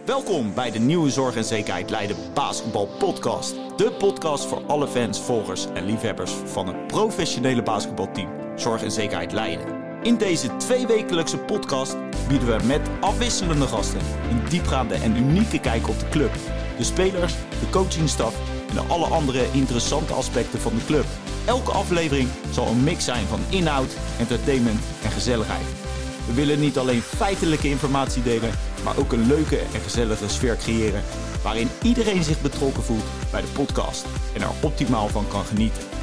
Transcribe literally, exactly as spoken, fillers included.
Welkom bij de Nieuwe Zorg en Zekerheid Leiden Basketbal Podcast. De podcast voor alle fans, volgers en liefhebbers van het professionele basketbalteam Zorg en Zekerheid Leiden. In deze tweewekelijkse podcast bieden we met afwisselende gasten een diepgaande en unieke kijk op de club, de spelers, de coachingstaf en de alle andere interessante aspecten van de club. Elke aflevering zal een mix zijn van inhoud, entertainment en gezelligheid. We willen niet alleen feitelijke informatie delen, maar ook een leuke en gezellige sfeer creëren waarin iedereen zich betrokken voelt bij de podcast en er optimaal van kan genieten.